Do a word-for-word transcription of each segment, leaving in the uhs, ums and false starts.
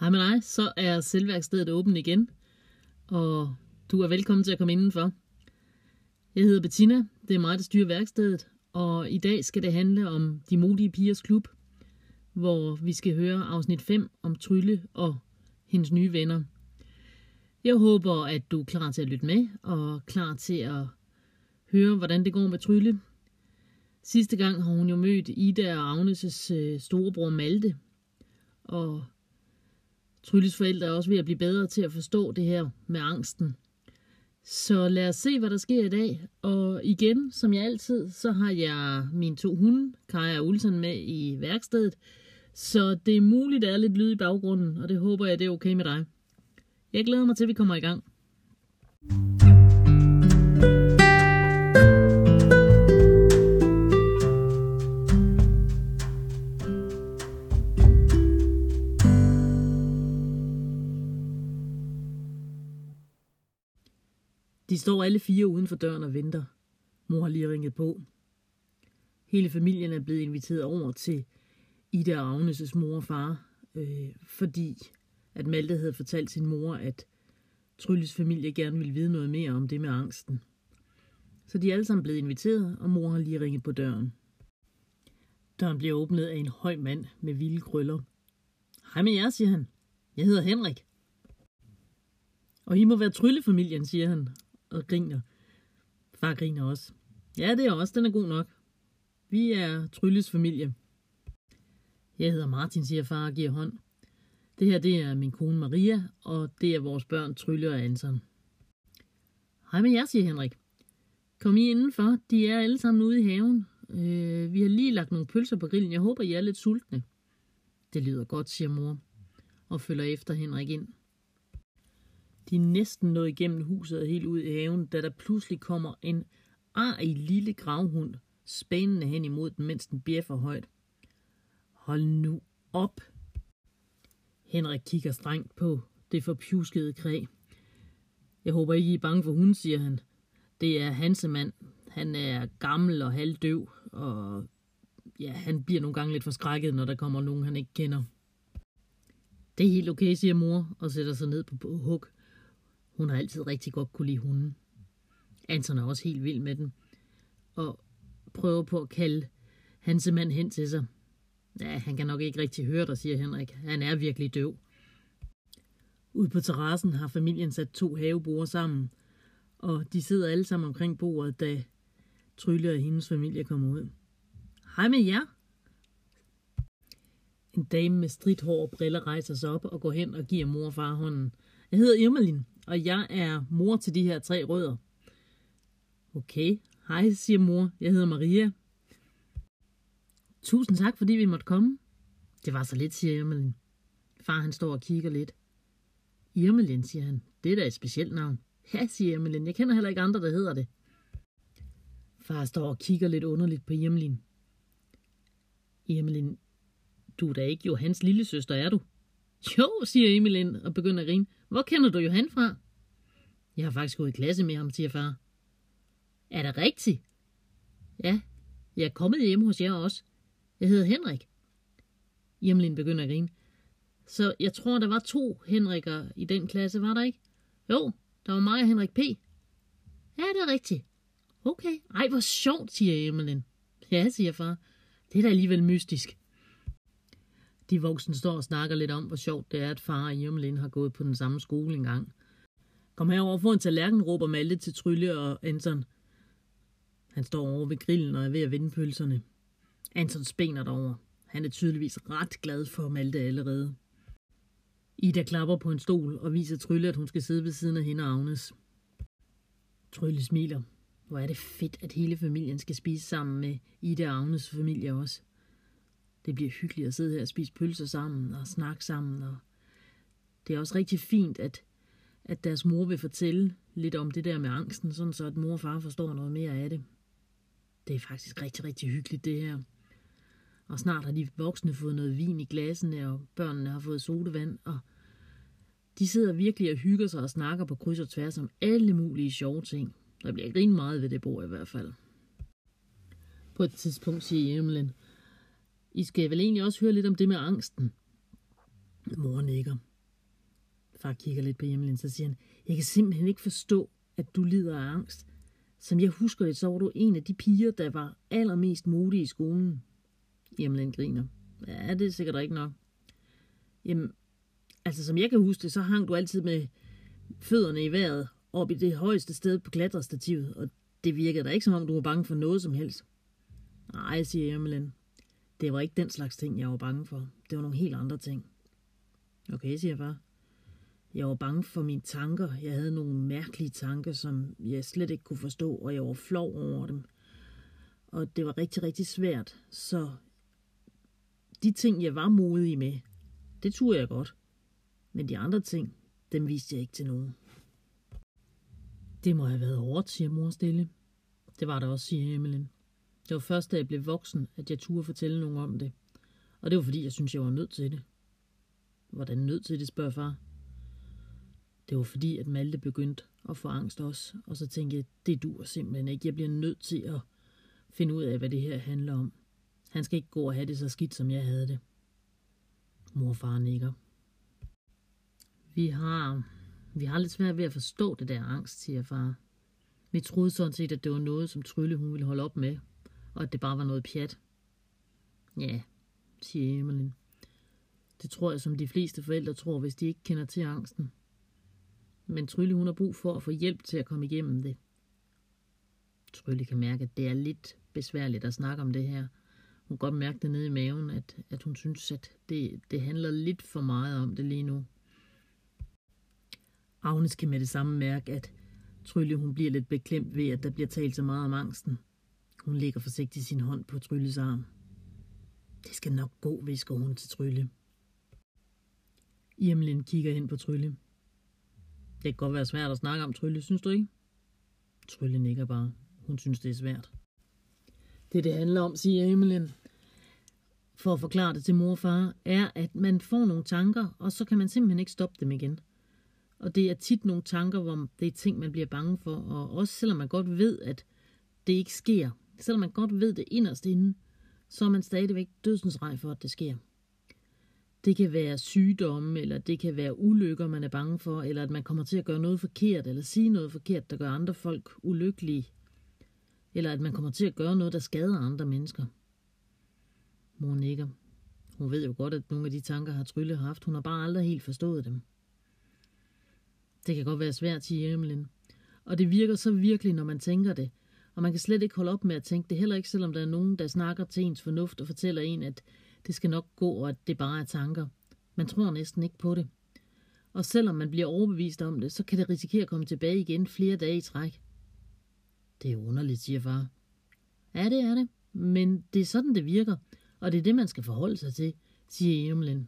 Hej med dig, så er selvværkstedet åbent igen, og du er velkommen til at komme indenfor. Jeg hedder Bettina, det er mig, der styrer værkstedet, og i dag skal det handle om De Modige Pigers Klub, hvor vi skal høre afsnit fem om Trylle og hendes nye venner. Jeg håber, at du er klar til at lytte med, og klar til at høre, hvordan det går med Trylle. Sidste gang har hun jo mødt Ida og Agnes' storebror Malte, og Trylles forældre er også ved at blive bedre til at forstå det her med angsten. Så lad os se, hvad der sker i dag. Og igen, som jeg altid, så har jeg mine to hunde, Kaja og Ulsen, med i værkstedet. Så det er muligt, der er lidt lyd i baggrunden, og det håber jeg, det er okay med dig. Jeg glæder mig til, at vi kommer i gang. De står alle fire uden for døren og venter. Mor har lige ringet på. Hele familien er blevet inviteret over til Ida og Agnes' mor og far, øh, fordi at Malte havde fortalt sin mor, at Trylles familie gerne ville vide noget mere om det med angsten. Så de er alle sammen blevet inviteret, og mor har lige ringet på døren. Døren bliver åbnet af en høj mand med vilde krøller. Hej med jer, siger han. Jeg hedder Henrik. Og I må være Tryllefamilien, siger han og griner. Far griner også. Ja, det er også. Den er god nok. Vi er Trylles familie. Jeg hedder Martin, siger far og giver hånd. Det her, det er min kone Maria, og det er vores børn Trylle og Anton. Hej med jer, siger Henrik. Kom I indenfor. De er alle sammen ude i haven. Øh, vi har lige lagt nogle pølser på grillen. Jeg håber, I er lidt sultne. Det lyder godt, siger mor, og følger efter Henrik ind. De er næsten nået igennem huset og helt ud i haven, da der pludselig kommer en arrig lille gravhund spændende hen imod den, mens den bjeffer højt. Hold nu op! Henrik kigger strengt på det forpjuskede kræ. Jeg håber ikke, I er bange for hunden, siger han. Det er Hansemand. Han er gammel og halvdøv, og ja, han bliver nogle gange lidt forskrækket, når der kommer nogen, han ikke kender. Det er helt okay, siger mor og sætter sig ned på hug. Hun har altid rigtig godt kunne lide hunden. Anton er også helt vild med den, og prøver på at kalde Hansemand hen til sig. Ja, han kan nok ikke rigtig høre dig, siger Henrik. Han er virkelig døv. Ude på terrassen har familien sat to haveborde sammen, og de sidder alle sammen omkring bordet, da Trylle og hendes familie kommer ud. Hej med jer! En dame med stridt hår og briller rejser sig op og går hen og giver mor og far hånden. Jeg hedder Irmelin, og jeg er mor til de her tre rødder. Okay, hej, siger mor. Jeg hedder Maria. Tusind tak, fordi vi måtte komme. Det var så lidt, siger Irmelin. Far, han står og kigger lidt. Irmelin, siger han. Det er da et specielt navn. Ja, siger Irmelin. Jeg kender heller ikke andre, der hedder det. Far står og kigger lidt underligt på Irmelin. Irmelin, du er da ikke Johans lillesøster, er du? Jo, siger Irmelin og begynder at grine. Hvor kender du Johan fra? Jeg har faktisk gået i klasse med ham, siger far. Er det rigtigt? Ja, jeg er kommet hjemme hos jer også. Jeg hedder Henrik. Irmelin begynder at grine. Så jeg tror, der var to Henriker i den klasse, var der ikke? Jo, der var mig og Henrik P. Ja, det er rigtigt. Okay, ej, hvor sjovt, siger Irmelin. Ja, siger far. Det er da alligevel mystisk. De voksne står og snakker lidt om, hvor sjovt det er, at far og Irmelin har gået på den samme skole engang. Kom herover og få en tallerken, råber Malte til Trylle og Anton. Han står over ved grillen og er ved at vende pølserne. Anton spænder derover. Han er tydeligvis ret glad for Malte allerede. Ida klapper på en stol og viser Trylle, at hun skal sidde ved siden af hende og Agnes. Trylle smiler. Hvor er det fedt, at hele familien skal spise sammen med Ida og Agnes' familie også. Det bliver hyggeligt at sidde her og spise pølser sammen og snakke sammen. Og det er også rigtig fint, at, at deres mor vil fortælle lidt om det der med angsten, sådan så at mor og far forstår noget mere af det. Det er faktisk rigtig, rigtig hyggeligt det her. Og snart har de voksne fået noget vin i glassene, og børnene har fået sodavand, og de sidder virkelig og hygger sig og snakker på kryds og tværs om alle mulige sjove ting. Der bliver grint meget ved det bord i hvert fald. På et tidspunkt siger Irmelin, I skal vel egentlig også høre lidt om det med angsten. Mor nikker. Far kigger lidt på Emmeline, så siger han, jeg kan simpelthen ikke forstå, at du lider af angst. Som jeg husker det, så var du en af de piger, der var allermest modige i skolen. Emmeline griner. Ja, det er sikkert ikke nok. Jamen, altså som jeg kan huske det, så hang du altid med fødderne i vejret op i det højeste sted på klatrestativet, og det virkede da ikke, som om du var bange for noget som helst. Nej, siger Emmeline. Det var ikke den slags ting, jeg var bange for. Det var nogle helt andre ting. Okay, siger far. Jeg var bange for mine tanker. Jeg havde nogle mærkelige tanker, som jeg slet ikke kunne forstå, og jeg var flov over dem. Og det var rigtig, rigtig svært. Så de ting, jeg var modig med, det turde jeg godt. Men de andre ting, dem viste jeg ikke til nogen. Det må have været hårdt, siger mor stille. Det var der også, siger Emmeline. Det var først, da jeg blev voksen, at jeg turde fortælle nogen om det. Og det var fordi, jeg synes, jeg var nødt til det. Hvordan nødt til det, spørger far. Det var fordi, at Malte begyndte at få angst også. Og så tænkte jeg, det duer simpelthen ikke. Jeg bliver nødt til at finde ud af, hvad det her handler om. Han skal ikke gå og have det så skidt, som jeg havde det. Mor og far nikker. Vi har, vi har lidt svært ved at forstå det der angst, siger far. Vi troede sådan set, at det var noget, som Trylle hun ville holde op med. Og at det bare var noget pjat. Ja, siger Emmeline. Det tror jeg, som de fleste forældre tror, hvis de ikke kender til angsten. Men Trylle hun har brug for at få hjælp til at komme igennem det. Trylle kan mærke, at det er lidt besværligt at snakke om det her. Hun kan godt mærke det nede i maven, at, at hun synes, at det, det handler lidt for meget om det lige nu. Agnes kan med det samme mærke, at Trylle hun bliver lidt beklemt ved, at der bliver talt så meget om angsten. Hun lægger forsigtigt sin hånd på Trylles arm. Det skal nok gå, hvisker hun til Trylle. Emmeline kigger hen på Trylle. Det kan godt være svært at snakke om, Trylle, synes du ikke? Trylle nikker bare. Hun synes, det er svært. Det, det handler om, siger Emmeline, for at forklare det til mor og far, er, at man får nogle tanker, og så kan man simpelthen ikke stoppe dem igen. Og det er tit nogle tanker, hvor det er ting, man bliver bange for, og også selvom man godt ved, at det ikke sker, selvom man godt ved det inderst inde, så er man stadigvæk dødsensrej for, at det sker. Det kan være sygdomme, eller det kan være ulykker, man er bange for, eller at man kommer til at gøre noget forkert, eller sige noget forkert, der gør andre folk ulykkelige, eller at man kommer til at gøre noget, der skader andre mennesker. Mor nikker. Hun ved jo godt, at nogle af de tanker har Trylle haft. Hun har bare aldrig helt forstået dem. Det kan godt være svært, siger Emmeline. Og det virker så virkelig, når man tænker det. Og man kan slet ikke holde op med at tænke det, heller ikke selvom der er nogen, der snakker til ens fornuft og fortæller en, at det skal nok gå, og at det bare er tanker. Man tror næsten ikke på det. Og selvom man bliver overbevist om det, så kan det risikere at komme tilbage igen flere dage i træk. Det er underligt, siger far. Ja, det er det. Men det er sådan, det virker. Og det er det, man skal forholde sig til, siger Emmeline.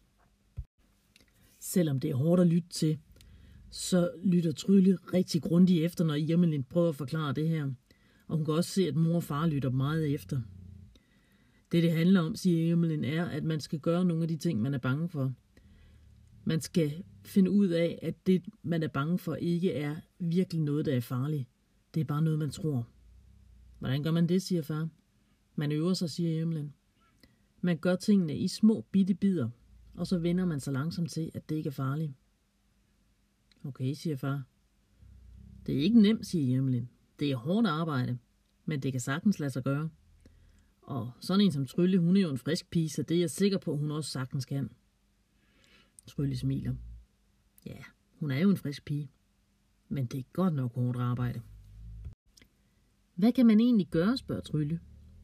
Selvom det er hårdt at lytte til, så lytter Trylle rigtig grundigt efter, når Emmeline prøver at forklare det her. Og hun kan også se, at mor og far lytter meget efter. Det, det handler om, siger Emmeline, er, at man skal gøre nogle af de ting, man er bange for. Man skal finde ud af, at det, man er bange for, ikke er virkelig noget, der er farligt. Det er bare noget, man tror. Hvordan gør man det, siger far? Man øver sig, siger Emmeline. Man gør tingene i små bitte bidder, og så vender man sig langsomt til, at det ikke er farligt. Okay, siger far. Det er ikke nemt, siger Emmeline. Det er hårdt arbejde, men det kan sagtens lade sig gøre. Og sådan en som Trylle, hun er jo en frisk pige, så det er jeg sikker på, hun også sagtens kan. Trylle smiler. Ja, hun er jo en frisk pige, men det er godt nok hårdt arbejde. Hvad kan man egentlig gøre, spørger Trylle.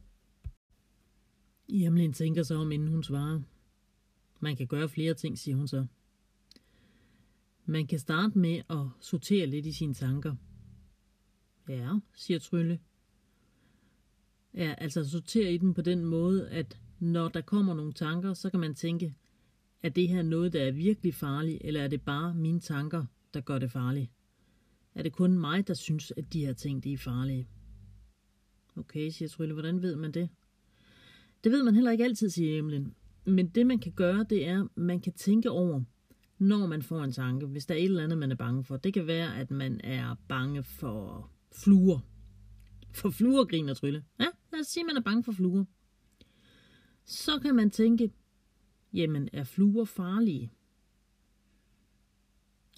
Emmeline tænker sig om, inden hun svarer. Man kan gøre flere ting, siger hun så. Man kan starte med at sortere lidt i sine tanker. Ja, siger Trylle. Ja, altså sortere i dem på den måde, at når der kommer nogle tanker, så kan man tænke, er det her noget, der er virkelig farligt, eller er det bare mine tanker, der gør det farligt? Er det kun mig, der synes, at de her ting, de er farlige? Okay, siger Trylle, hvordan ved man det? Det ved man heller ikke altid, siger Emmeline. Men det, man kan gøre, det er, at man kan tænke over, når man får en tanke, hvis der er et eller andet, man er bange for. Det kan være, at man er bange for fluer. For fluer, griner Trylle. Ja, lad os sige, at man er bange for fluer. Så kan man tænke, jamen, er fluer farlige?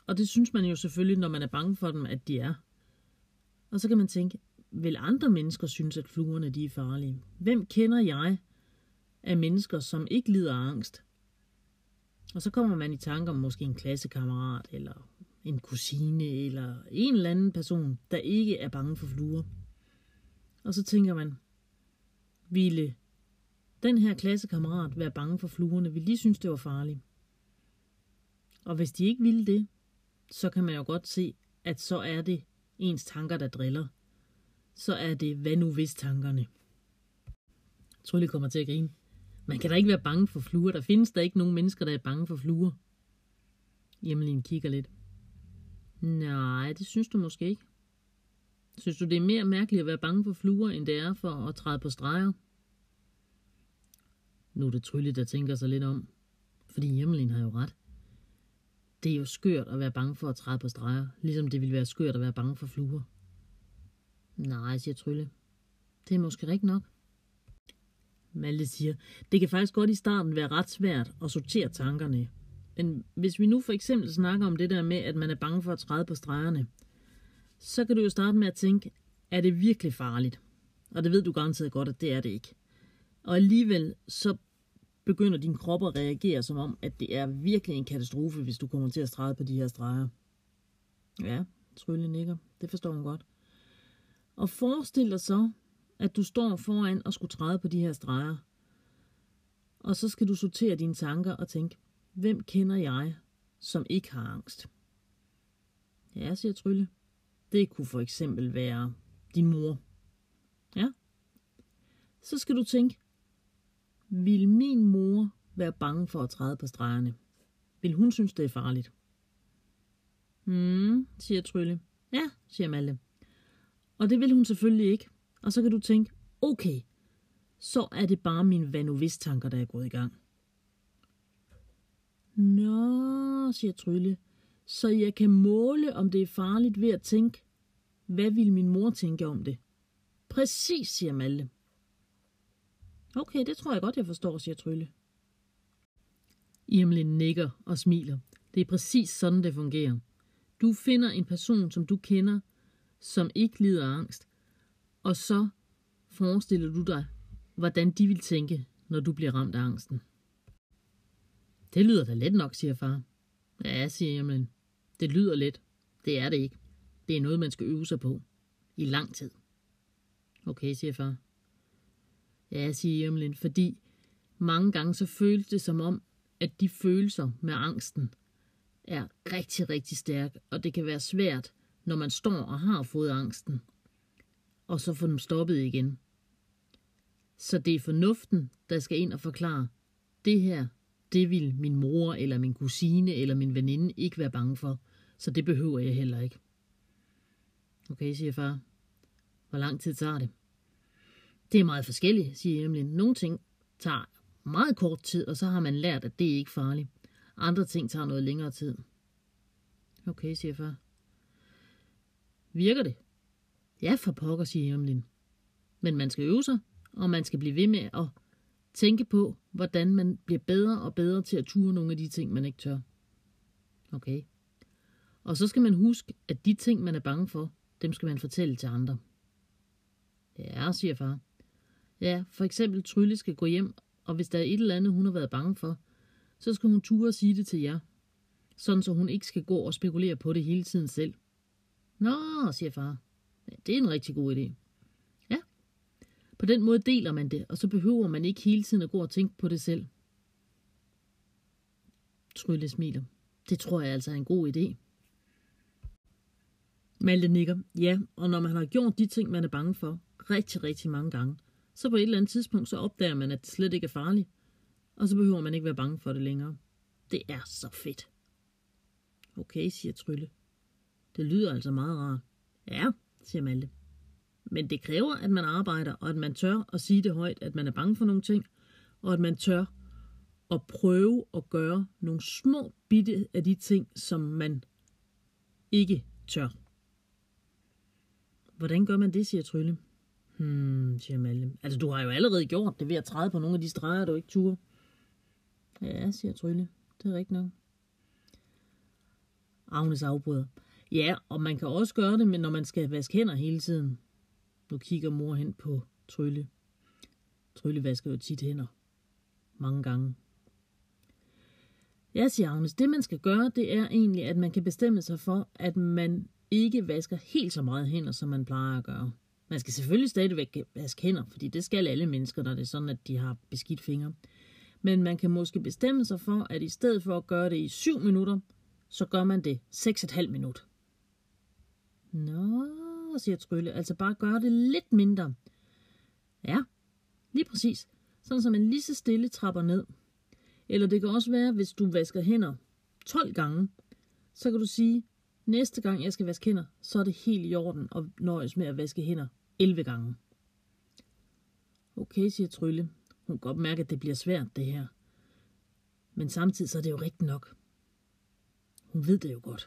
Og det synes man jo selvfølgelig, når man er bange for dem, at de er. Og så kan man tænke, vil andre mennesker synes, at fluerne de er farlige? Hvem kender jeg af mennesker, som ikke lider af angst? Og så kommer man i tanke om måske en klassekammerat, eller en kusine, eller en eller anden person, der ikke er bange for fluer. Og så tænker man, ville den her klassekammerat være bange for fluerne? Ville de synes, det var farligt? Og hvis de ikke ville det, så kan man jo godt se, at så er det ens tanker, der driller. Så er det, hvad nu hvis tankerne? Trylle kommer til at grine. Man kan da ikke være bange for fluer. Der findes der ikke nogen mennesker, der er bange for fluer. Emmeline kigger lidt. Nej, det synes du måske ikke. Synes du, det er mere mærkeligt at være bange for fluer, end det er for at træde på streger? Nu er det Trylle, der tænker sig lidt om. Fordi Emmeline har jo ret. Det er jo skørt at være bange for at træde på streger, ligesom det ville være skørt at være bange for fluer. Nej, siger Trylle. Det er måske rigtigt nok. Malte siger, det kan faktisk godt i starten være ret svært at sortere tankerne. Men hvis vi nu for eksempel snakker om det der med, at man er bange for at træde på stregerne, så kan du jo starte med at tænke, er det virkelig farligt? Og det ved du garanteret godt, at det er det ikke. Og alligevel så begynder din krop at reagere som om, at det er virkelig en katastrofe, hvis du kommer til at træde på de her streger. Ja, Trylle nikker. Det forstår hun godt. Og forestil dig så, at du står foran og skulle træde på de her streger. Og så skal du sortere dine tanker og tænke, hvem kender jeg, som ikke har angst? Ja, siger Trylle. Det kunne for eksempel være din mor. Ja. Så skal du tænke, vil min mor være bange for at træde på stregerne? Vil hun synes, det er farligt? Hmm, siger Trylle. Ja, siger Malte. Og det vil hun selvfølgelig ikke. Og så kan du tænke, okay, så er det bare mine hvad nu hvis tanker, der er gået i gang. Nå, siger Trylle, så jeg kan måle, om det er farligt ved at tænke, hvad vil min mor tænke om det? Præcis, siger Malte. Okay, det tror jeg godt, jeg forstår, siger Trylle. Emmeline nikker og smiler. Det er præcis sådan, det fungerer. Du finder en person, som du kender, som ikke lider af angst, og så forestiller du dig, hvordan de vil tænke, når du bliver ramt af angsten. Det lyder da let nok, siger far. Ja, siger Emmeline. Det lyder let. Det er det ikke. Det er noget, man skal øve sig på. I lang tid. Okay, siger far. Ja, siger Emmeline, fordi mange gange så føles det som om, at de følelser med angsten er rigtig, rigtig stærke, og det kan være svært, når man står og har fået angsten, og så få dem stoppet igen. Så det er fornuften, der skal ind og forklare, det her, det vil min mor, eller min kusine, eller min veninde ikke være bange for, så det behøver jeg heller ikke. Okay, siger far. Hvor lang tid tager det? Det er meget forskelligt, siger Emmeline. Nogle ting tager meget kort tid, og så har man lært, at det ikke er farligt. Andre ting tager noget længere tid. Okay, siger far. Virker det? Ja, for pokker, siger Emmeline. Men man skal øve sig, og man skal blive ved med at tænke på, hvordan man bliver bedre og bedre til at ture nogle af de ting, man ikke tør. Okay. Og så skal man huske, at de ting, man er bange for, dem skal man fortælle til andre. Ja, siger far. Ja, for eksempel Trylle skal gå hjem, og hvis der er et eller andet, hun har været bange for, så skal hun ture og sige det til jer. Sådan så hun ikke skal gå og spekulere på det hele tiden selv. Nå, siger far. Ja, det er en rigtig god idé. Ja. På den måde deler man det, og så behøver man ikke hele tiden at gå og tænke på det selv. Trylle smiler. Det tror jeg altså er en god idé. Malte nikker. Ja, og når man har gjort de ting, man er bange for, rigtig, rigtig mange gange, så på et eller andet tidspunkt, så opdager man, at det slet ikke er farligt. Og så behøver man ikke være bange for det længere. Det er så fedt. Okay, siger Trylle. Det lyder altså meget rart. Ja, siger Malte. Men det kræver, at man arbejder, og at man tør at sige det højt, at man er bange for nogle ting, og at man tør at prøve at gøre nogle små bitte af de ting, som man ikke tør. Hvordan gør man det, siger Trylle. Hmm, siger Malte. Altså, du har jo allerede gjort det ved at træde på nogle af de streger, du ikke turde. Ja, siger Trylle. Det er rigtigt nok. Agnes afbryder. Ja, og man kan også gøre det, men når man skal vaske hænder hele tiden. Nu kigger mor hen på Trylle. Trylle vasker jo tit hænder. Mange gange. Ja, siger Agnes, det man skal gøre, det er egentlig, at man kan bestemme sig for, at man ikke vasker helt så meget hænder, som man plejer at gøre. Man skal selvfølgelig stadigvæk vaske hænder, fordi det skal alle mennesker, når det er sådan, at de har beskidt fingre. Men man kan måske bestemme sig for, at i stedet for at gøre det i syv minutter, så gør man det seks og et halvt minut. Nå, siger Trylle, altså bare gøre det lidt mindre. Ja, lige præcis. Sådan så man lige så stille trapper ned. Eller det kan også være, hvis du vasker hænder tolv gange, så kan du sige, næste gang jeg skal vaske hænder, så er det helt i orden at nøjes med at vaske hænder elleve gange. Okay, siger Trylle. Hun kan godt mærke, at det bliver svært, det her. Men samtidig så er det jo rigtigt nok. Hun ved det jo godt.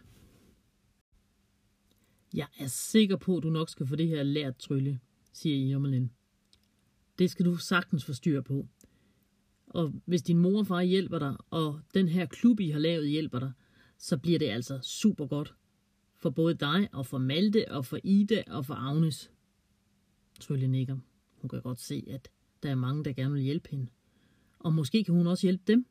Jeg er sikker på, at du nok skal få det her lært, Trylle, siger Irmelin. Det skal du sagtens få styr på. Og hvis din mor og far hjælper dig, og den her klub, I har lavet, hjælper dig, så bliver det altså super godt. For både dig, og for Malte, og for Ida, og for Agnes. Trylle nikker. Hun kan godt se, at der er mange, der gerne vil hjælpe hende. Og måske kan hun også hjælpe dem.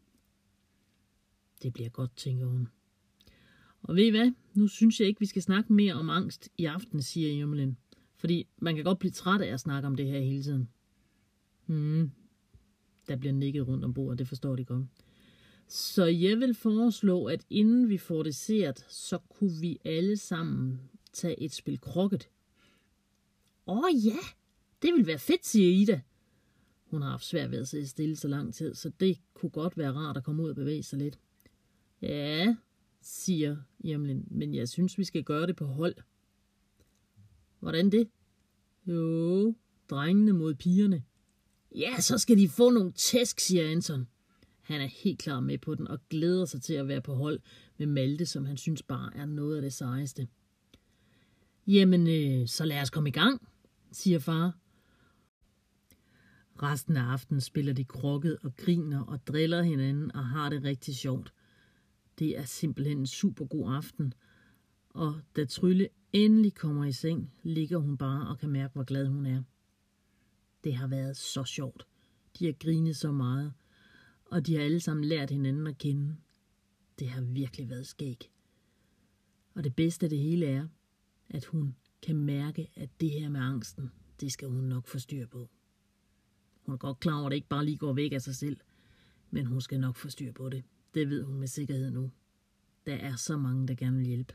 Det bliver godt, tænker hun. Og ved I hvad? Nu synes jeg ikke, vi skal snakke mere om angst i aften, siger Irmelin. Fordi man kan godt blive træt af at snakke om det her hele tiden. Hmm. Der bliver nikket rundt om bordet, det forstår de godt. Så jeg vil foreslå, at inden vi får det set, så kunne vi alle sammen tage et spil krokket. Åh oh, ja, det vil være fedt, siger Ida. Hun har haft svært ved at sidde stille så lang tid, så det kunne godt være rart at komme ud og bevæge sig lidt. Ja, siger Irmelin, men jeg synes, vi skal gøre det på hold. Hvordan det? Jo, drengene mod pigerne. Ja, så skal de få nogle tæsk, siger Anton. Han er helt klar med på den og glæder sig til at være på hold med Malte, som han synes bare er noget af det sejeste. Jamen, øh, så lad os komme i gang, siger far. Resten af aftenen spiller de krokket og griner og driller hinanden og har det rigtig sjovt. Det er simpelthen en super god aften. Og da Trylle endelig kommer i seng, ligger hun bare og kan mærke, hvor glad hun er. Det har været så sjovt. De har grinet så meget, og de har alle sammen lært hinanden at kende. Det har virkelig været skæg. Og det bedste af det hele er, at hun kan mærke, at det her med angsten, det skal hun nok få styr på. Hun er godt klar over, at det ikke bare lige går væk af sig selv, men hun skal nok få styr på det. Det ved hun med sikkerhed nu. Der er så mange, der gerne vil hjælpe.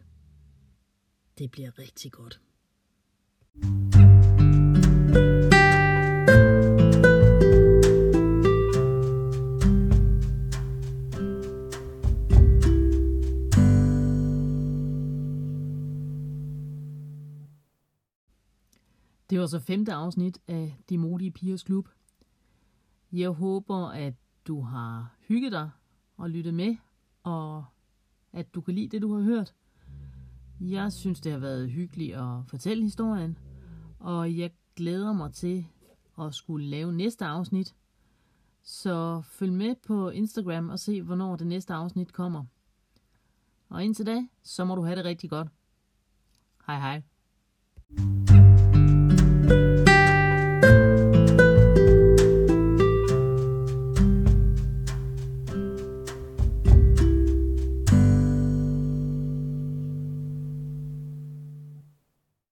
Det bliver rigtig godt. Det var så femte afsnit af De Modige Pigers Klub. Jeg håber, at du har hygget dig og lyttet med, og at du kan lide det, du har hørt. Jeg synes, det har været hyggeligt at fortælle historien, og jeg glæder mig til at skulle lave næste afsnit. Så følg med på Instagram og se, hvornår det næste afsnit kommer. Og indtil da, så må du have det rigtig godt. Hej hej.